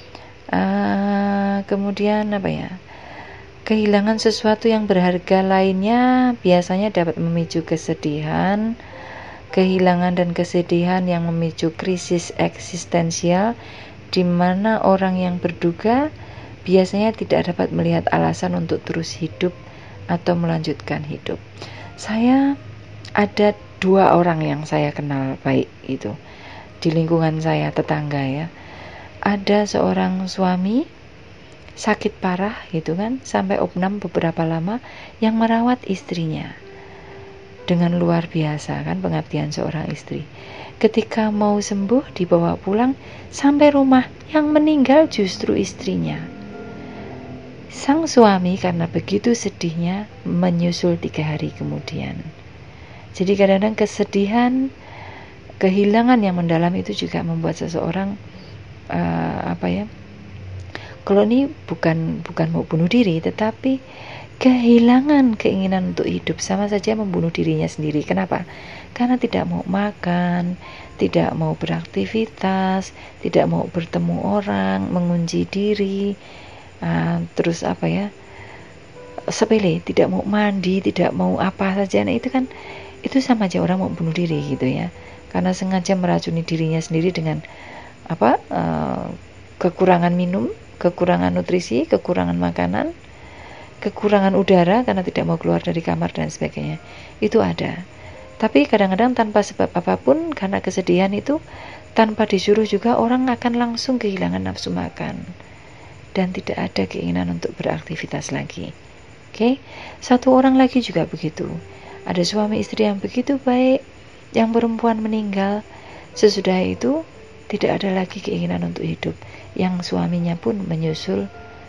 Uh, kemudian apa ya? Kehilangan sesuatu yang berharga lainnya biasanya dapat memicu kesedihan. Kehilangan dan kesedihan yang memicu krisis eksistensial, di mana orang yang berduka biasanya tidak dapat melihat alasan untuk terus hidup atau melanjutkan hidup. Saya ada dua orang yang saya kenal baik itu di lingkungan saya, tetangga ya. Ada seorang suami sakit parah gitu kan, sampai opnam beberapa lama, yang merawat istrinya dengan luar biasa kan pengabdian seorang istri. Ketika mau sembuh dibawa pulang, sampai rumah yang meninggal justru istrinya. Sang suami karena begitu sedihnya menyusul tiga hari kemudian. Jadi kadang-kadang kesedihan, kehilangan yang mendalam itu juga membuat seseorang uh, apa ya? Kalau ini bukan bukan mau bunuh diri, tetapi kehilangan keinginan untuk hidup, sama saja membunuh dirinya sendiri. Kenapa? Karena tidak mau makan, tidak mau beraktivitas, tidak mau bertemu orang, mengunci diri, uh, terus apa ya, sepele, tidak mau mandi, tidak mau apa saja. Nah itu kan, itu sama aja orang mau bunuh diri gitu ya, karena sengaja meracuni dirinya sendiri dengan apa, uh, kekurangan minum, kekurangan nutrisi, kekurangan makanan, kekurangan udara karena tidak mau keluar dari kamar dan sebagainya. Itu ada. Tapi kadang-kadang tanpa sebab apapun, karena kesedihan itu, tanpa disuruh juga orang akan langsung kehilangan nafsu makan dan tidak ada keinginan untuk beraktivitas lagi. Oke, satu orang lagi juga begitu. Ada suami istri yang begitu baik, yang perempuan meninggal, sesudah itu tidak ada lagi keinginan untuk hidup. Yang suaminya pun menyusul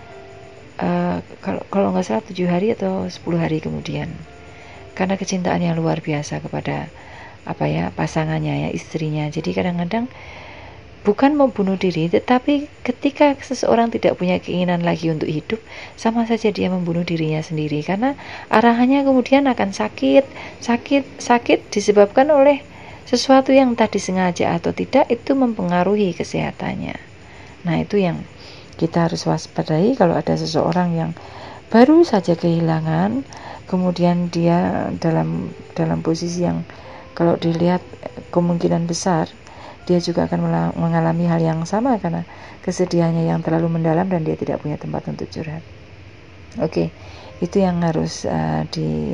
uh, kalau kalau nggak salah tujuh hari atau sepuluh hari kemudian, karena kecintaan yang luar biasa kepada apa ya, pasangannya ya, istrinya. Jadi kadang-kadang bukan mau bunuh diri, tetapi ketika seseorang tidak punya keinginan lagi untuk hidup, sama saja dia membunuh dirinya sendiri, karena arahannya kemudian akan sakit, sakit, sakit disebabkan oleh sesuatu yang entah disengaja atau tidak, itu mempengaruhi kesehatannya. Nah itu yang kita harus waspadai kalau ada seseorang yang baru saja kehilangan, kemudian dia dalam dalam posisi yang kalau dilihat kemungkinan besar dia juga akan mengalami hal yang sama, karena kesedihannya yang terlalu mendalam dan dia tidak punya tempat untuk curhat. Oke, itu yang harus uh,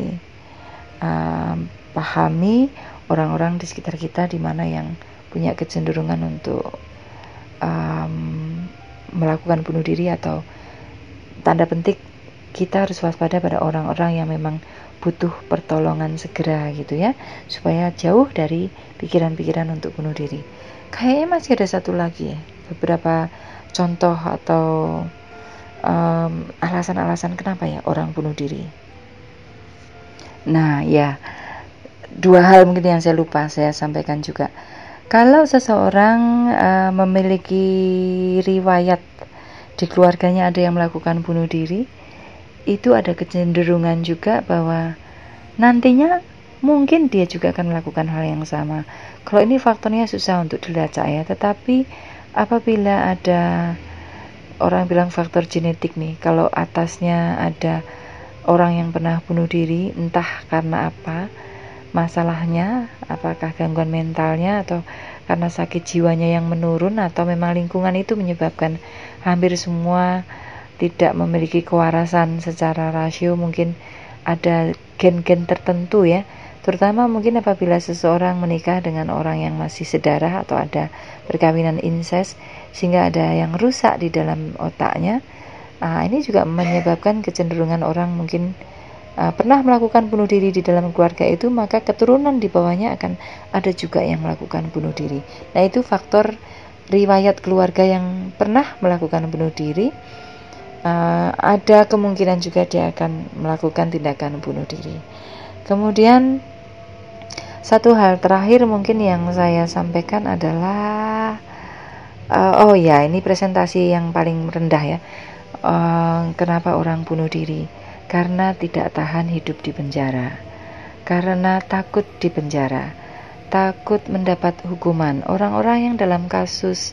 dipahami uh, orang-orang di sekitar kita, di mana yang punya kecenderungan untuk um, melakukan bunuh diri, atau tanda penting kita harus waspada pada orang-orang yang memang butuh pertolongan segera gitu ya, supaya jauh dari pikiran-pikiran untuk bunuh diri. Kayaknya masih ada satu lagi ya, beberapa contoh atau um, alasan-alasan kenapa ya orang bunuh diri. Nah ya, dua hal mungkin yang saya lupa saya sampaikan juga. Kalau seseorang uh, memiliki riwayat di keluarganya ada yang melakukan bunuh diri, itu ada kecenderungan juga bahwa nantinya mungkin dia juga akan melakukan hal yang sama. Kalau ini faktornya susah untuk dilacak ya, tetapi apabila ada, orang bilang faktor genetik nih, kalau atasnya ada orang yang pernah bunuh diri, entah karena apa masalahnya, apakah gangguan mentalnya atau karena sakit jiwanya yang menurun, atau memang lingkungan itu menyebabkan hampir semua tidak memiliki kewarasan secara rasio, mungkin ada gen-gen tertentu ya, terutama mungkin apabila seseorang menikah dengan orang yang masih sedarah atau ada perkawinan incest, sehingga ada yang rusak di dalam otaknya. Nah, ini juga menyebabkan kecenderungan orang mungkin uh, pernah melakukan bunuh diri di dalam keluarga itu, maka keturunan di bawahnya akan ada juga yang melakukan bunuh diri. Nah, itu faktor riwayat keluarga yang pernah melakukan bunuh diri. uh, ada kemungkinan juga dia akan melakukan tindakan bunuh diri. Kemudian satu hal terakhir mungkin yang saya sampaikan adalah uh, oh ya, ini presentasi yang paling rendah ya. Uh, kenapa orang bunuh diri? Karena tidak tahan hidup di penjara, karena takut di penjara, takut mendapat hukuman. Orang-orang yang dalam kasus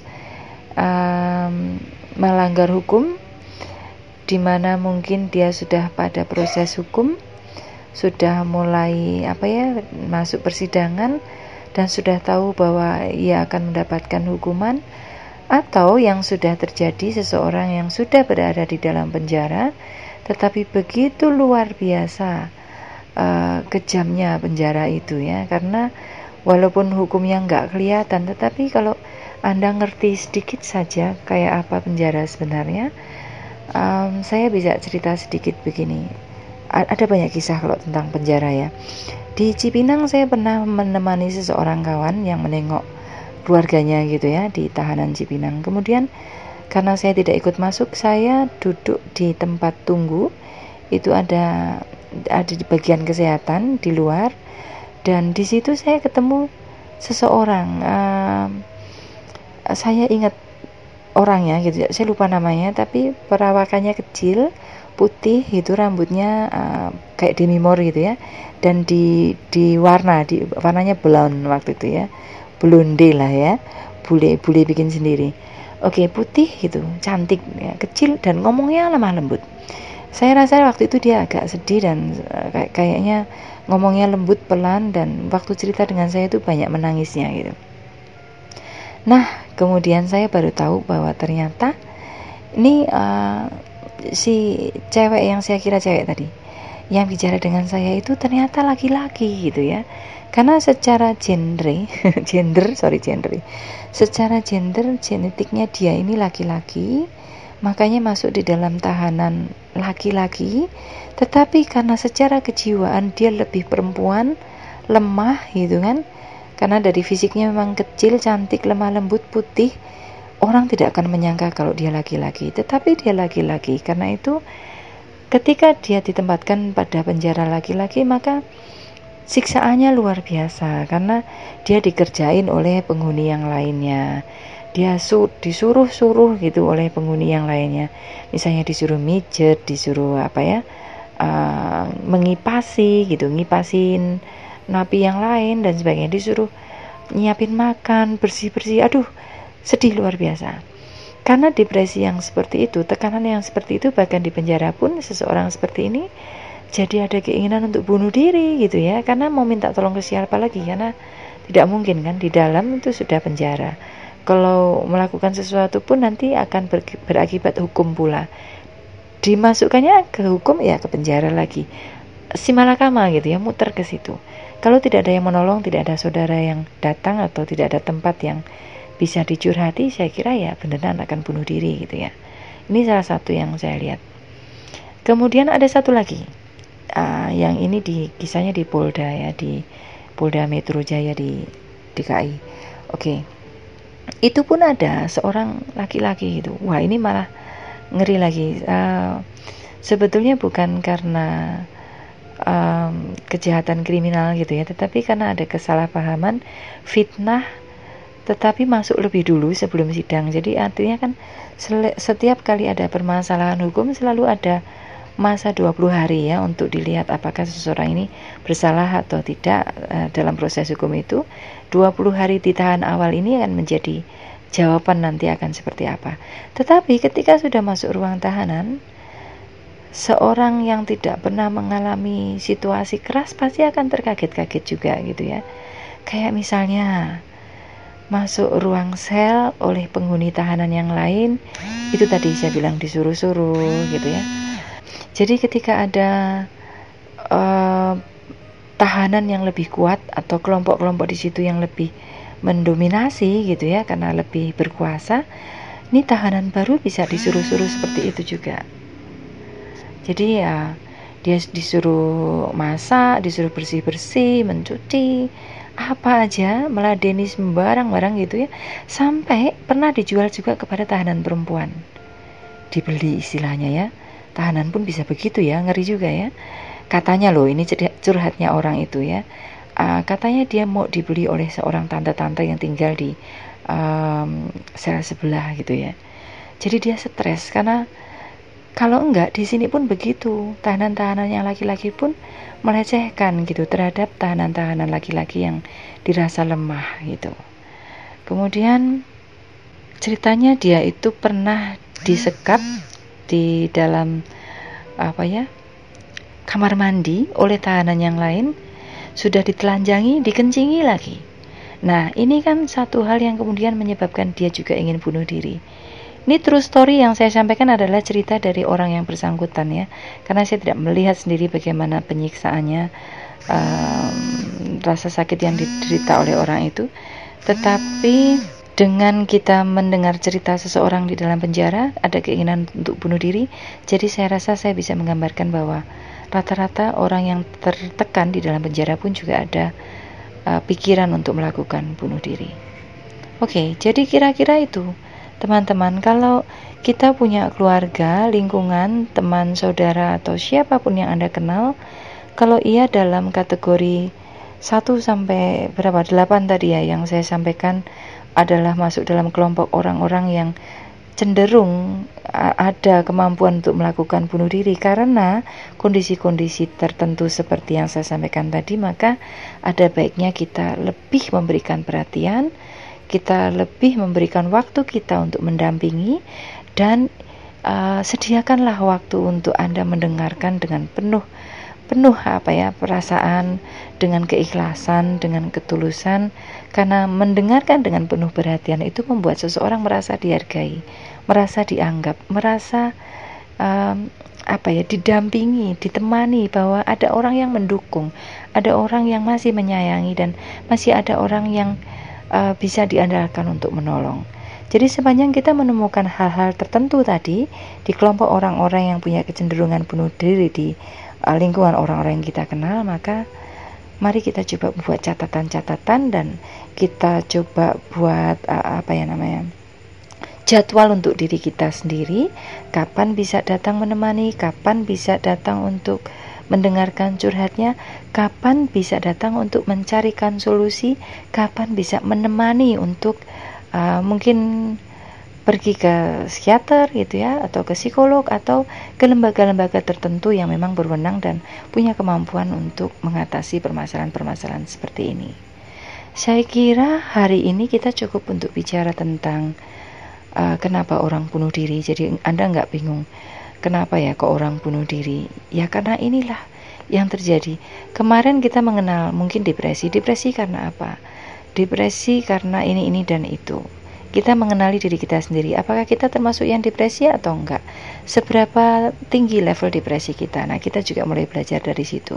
um, melanggar hukum, di mana mungkin dia sudah pada proses hukum, sudah mulai apa ya masuk persidangan dan sudah tahu bahwa ia akan mendapatkan hukuman, atau yang sudah terjadi seseorang yang sudah berada di dalam penjara tetapi begitu luar biasa uh, kejamnya penjara itu ya, karena walaupun hukumnya nggak kelihatan, tetapi kalau Anda ngerti sedikit saja kayak apa penjara sebenarnya, um, saya bisa cerita sedikit begini. Ada banyak kisah kalau tentang penjara ya. Di Cipinang saya pernah menemani seseorang kawan yang menengok keluarganya gitu ya di tahanan Cipinang. Kemudian karena saya tidak ikut masuk, saya duduk di tempat tunggu. Itu ada ada di bagian kesehatan di luar, dan di situ saya ketemu seseorang. Uh, saya ingat orangnya gitu. Saya lupa namanya, tapi perawakannya kecil, putih, itu rambutnya uh, kayak Demi Moore gitu ya, dan di di warna di warnanya blonde waktu itu ya, blonde lah ya, bule bule bikin sendiri. Oke, putih gitu, cantik ya, kecil dan ngomongnya lemah lembut. Saya rasa waktu itu dia agak sedih dan uh, kayak kayaknya ngomongnya lembut, pelan, dan waktu cerita dengan saya itu banyak menangisnya gitu. Nah, kemudian saya baru tahu bahwa ternyata ini uh, si cewek yang saya kira cewek tadi yang bicara dengan saya itu ternyata laki-laki gitu ya. Karena secara genre gender sorry gender secara gender genetiknya dia ini laki-laki, makanya masuk di dalam tahanan laki-laki, tetapi karena secara kejiwaan dia lebih perempuan, lemah gitu kan, karena dari fisiknya memang kecil, cantik, lemah lembut, putih, orang tidak akan menyangka kalau dia laki-laki, tetapi dia laki-laki. Karena itu ketika dia ditempatkan pada penjara laki-laki, maka siksaannya luar biasa karena dia dikerjain oleh penghuni yang lainnya. Dia su- disuruh-suruh gitu oleh penghuni yang lainnya. Misalnya disuruh mijet, disuruh apa ya, uh, mengipasi gitu, ngipasin napi yang lain dan sebagainya, disuruh nyiapin makan, bersih-bersih. Aduh, sedih luar biasa. Karena depresi yang seperti itu, tekanan yang seperti itu, bahkan di penjara pun seseorang seperti ini jadi ada keinginan untuk bunuh diri gitu ya, karena mau minta tolong ke siapa lagi, karena tidak mungkin kan, di dalam itu sudah penjara. Kalau melakukan sesuatu pun nanti akan ber, berakibat hukum pula, dimasukkannya ke hukum ya ke penjara lagi, si malakama gitu ya, muter ke situ. Kalau tidak ada yang menolong, tidak ada saudara yang datang, atau tidak ada tempat yang bisa dicurhati, saya kira ya beneran akan bunuh diri gitu ya. Ini salah satu yang saya lihat. Kemudian ada satu lagi, uh, yang ini di kisahnya di Polda ya, di Polda Metro Jaya di D K I. Oke, itu pun ada seorang laki-laki gitu. Wah, ini malah ngeri lagi. Uh, sebetulnya bukan karena um, kejahatan kriminal gitu ya, tetapi karena ada kesalahpahaman, fitnah, tetapi masuk lebih dulu sebelum sidang. Jadi artinya kan setiap kali ada permasalahan hukum selalu ada masa dua puluh hari ya untuk dilihat apakah seseorang ini bersalah atau tidak. Uh, dalam proses hukum itu dua puluh hari ditahan awal ini akan menjadi jawaban nanti akan seperti apa. Tetapi ketika sudah masuk ruang tahanan, seorang yang tidak pernah mengalami situasi keras pasti akan terkaget-kaget juga gitu ya. Kayak misalnya masuk ruang sel oleh penghuni tahanan yang lain, itu tadi saya bilang disuruh-suruh gitu ya. Jadi ketika ada uh, tahanan yang lebih kuat atau kelompok-kelompok di situ yang lebih mendominasi gitu ya, karena lebih berkuasa, ini tahanan baru bisa disuruh-suruh seperti itu juga. Jadi ya dia disuruh masak, disuruh bersih-bersih, mencuci, apa aja, meladeni sembarang barang gitu ya, sampai pernah dijual juga kepada tahanan perempuan. dibeli istilahnya ya. Tahanan pun bisa begitu ya, ngeri juga ya. Katanya loh, ini curhatnya orang itu ya. Uh, katanya dia mau dibeli oleh seorang tante-tante yang tinggal di um, sel sebelah gitu ya. Jadi dia stres karena kalau enggak di sini pun begitu. Tahanan-tahanan yang laki-laki pun melecehkan gitu terhadap tahanan-tahanan laki-laki yang dirasa lemah gitu. Kemudian ceritanya dia itu pernah disekap di dalam apa ya kamar mandi oleh tahanan yang lain, sudah ditelanjangi, dikencingi lagi. Nah, ini kan satu hal yang kemudian menyebabkan dia juga ingin bunuh diri. Ini true story yang saya sampaikan adalah cerita dari orang yang bersangkutan ya, karena saya tidak melihat sendiri bagaimana penyiksaannya, um, rasa sakit yang diderita oleh orang itu. Tetapi dengan kita mendengar cerita seseorang di dalam penjara, ada keinginan untuk bunuh diri, jadi saya rasa saya bisa menggambarkan bahwa rata-rata orang yang tertekan di dalam penjara pun juga ada uh, pikiran untuk melakukan bunuh diri. Oke, jadi kira-kira itu teman-teman, kalau kita punya keluarga, lingkungan, teman, saudara, atau siapapun yang Anda kenal, kalau ia dalam kategori satu sampai berapa, delapan tadi ya yang saya sampaikan adalah masuk dalam kelompok orang-orang yang cenderung ada kemampuan untuk melakukan bunuh diri karena kondisi-kondisi tertentu seperti yang saya sampaikan tadi, maka ada baiknya kita lebih memberikan perhatian, kita lebih memberikan waktu kita untuk mendampingi, dan uh, sediakanlah waktu untuk Anda mendengarkan dengan penuh penuh apa ya perasaan, dengan keikhlasan, dengan ketulusan, karena mendengarkan dengan penuh perhatian itu membuat seseorang merasa dihargai, merasa dianggap, merasa um, apa ya didampingi, ditemani, bahwa ada orang yang mendukung, ada orang yang masih menyayangi, dan masih ada orang yang uh, bisa diandalkan untuk menolong. Jadi sepanjang kita menemukan hal-hal tertentu tadi di kelompok orang-orang yang punya kecenderungan bunuh diri di lingkungan orang-orang yang kita kenal, maka mari kita coba buat catatan-catatan dan kita coba buat uh, apa ya namanya jadwal untuk diri kita sendiri, kapan bisa datang menemani, kapan bisa datang untuk mendengarkan curhatnya, kapan bisa datang untuk mencarikan solusi, kapan bisa menemani untuk uh, mungkin pergi ke psikiater gitu ya, atau ke psikolog, atau ke lembaga-lembaga tertentu yang memang berwenang dan punya kemampuan untuk mengatasi permasalahan-permasalahan seperti ini. Saya kira hari ini kita cukup untuk bicara tentang uh, kenapa orang bunuh diri. Jadi Anda nggak bingung kenapa ya kok orang bunuh diri. Ya karena inilah yang terjadi. Kemarin kita mengenal mungkin depresi. Depresi karena apa? Depresi karena ini, ini, dan itu. Kita mengenali diri kita sendiri, apakah kita termasuk yang depresi atau enggak, seberapa tinggi level depresi kita. Nah, kita juga mulai belajar dari situ.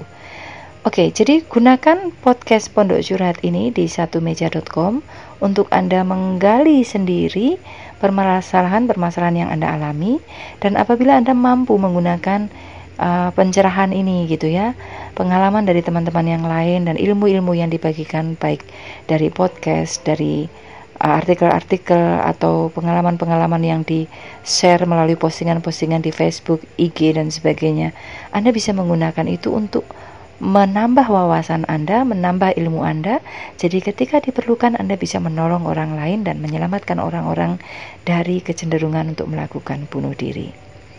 Oke, jadi gunakan podcast Pondok Curhat ini di satu meja dot com untuk Anda menggali sendiri permasalahan-permasalahan yang Anda alami, dan apabila Anda mampu menggunakan uh, pencerahan ini gitu ya, pengalaman dari teman-teman yang lain dan ilmu-ilmu yang dibagikan baik dari podcast, dari artikel-artikel atau pengalaman-pengalaman yang di-share melalui postingan-postingan di Facebook, I G, dan sebagainya. Anda bisa menggunakan itu untuk menambah wawasan Anda, menambah ilmu Anda. Jadi ketika diperlukan Anda bisa menolong orang lain dan menyelamatkan orang-orang dari kecenderungan untuk melakukan bunuh diri.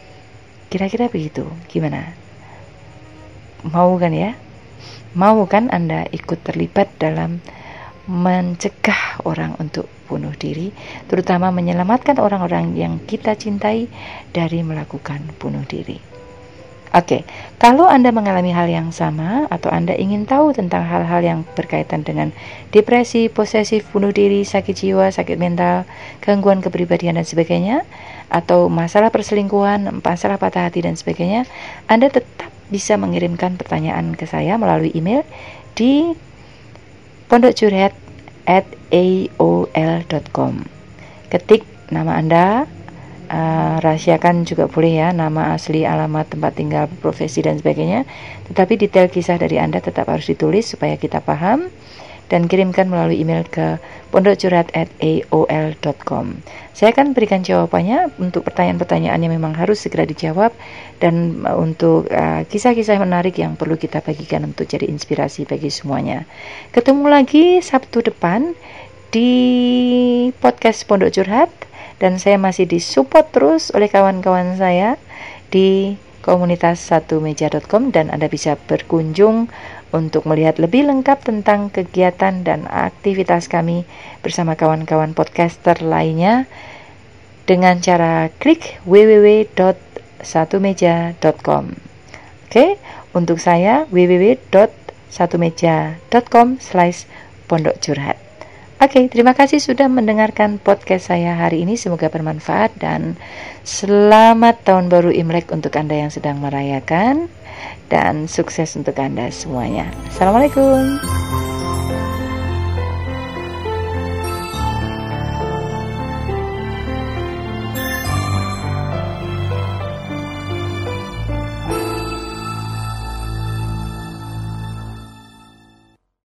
Kira-kira begitu, gimana? Mau kan ya? Mau kan Anda ikut terlibat dalam mencegah orang untuk bunuh diri, terutama menyelamatkan orang-orang yang kita cintai dari melakukan bunuh diri. Oke, kalau Anda mengalami hal yang sama atau Anda ingin tahu tentang hal-hal yang berkaitan dengan depresi, posesif, bunuh diri, sakit jiwa, sakit mental, gangguan kepribadian dan sebagainya, atau masalah perselingkuhan, masalah patah hati dan sebagainya, Anda tetap bisa mengirimkan pertanyaan ke saya melalui email di pondokcurhat at a o l dot com. Ketik nama Anda, uh, rahasiakan juga boleh ya, nama asli, alamat, tempat tinggal, profesi dan sebagainya. Tetapi detail kisah dari Anda tetap harus ditulis supaya kita paham. dan kirimkan melalui email ke pondokcurhat at a o l dot com. Saya akan berikan jawabannya untuk pertanyaan-pertanyaan yang memang harus segera dijawab, dan uh, untuk uh, kisah-kisah menarik yang perlu kita bagikan untuk jadi inspirasi bagi semuanya. Ketemu lagi Sabtu depan di podcast Pondok Curhat, dan saya masih disupport terus oleh kawan-kawan saya di komunitas satu meja dot com, dan Anda bisa berkunjung untuk melihat lebih lengkap tentang kegiatan dan aktivitas kami bersama kawan-kawan podcaster lainnya dengan cara klik w w w dot satu meja dot com. Oke, untuk saya w w w dot satu meja dot com slash pondok curhat. Oke, terima kasih sudah mendengarkan podcast saya hari ini. Semoga bermanfaat dan selamat tahun baru Imlek untuk Anda yang sedang merayakan, dan sukses untuk Anda semuanya. Assalamualaikum.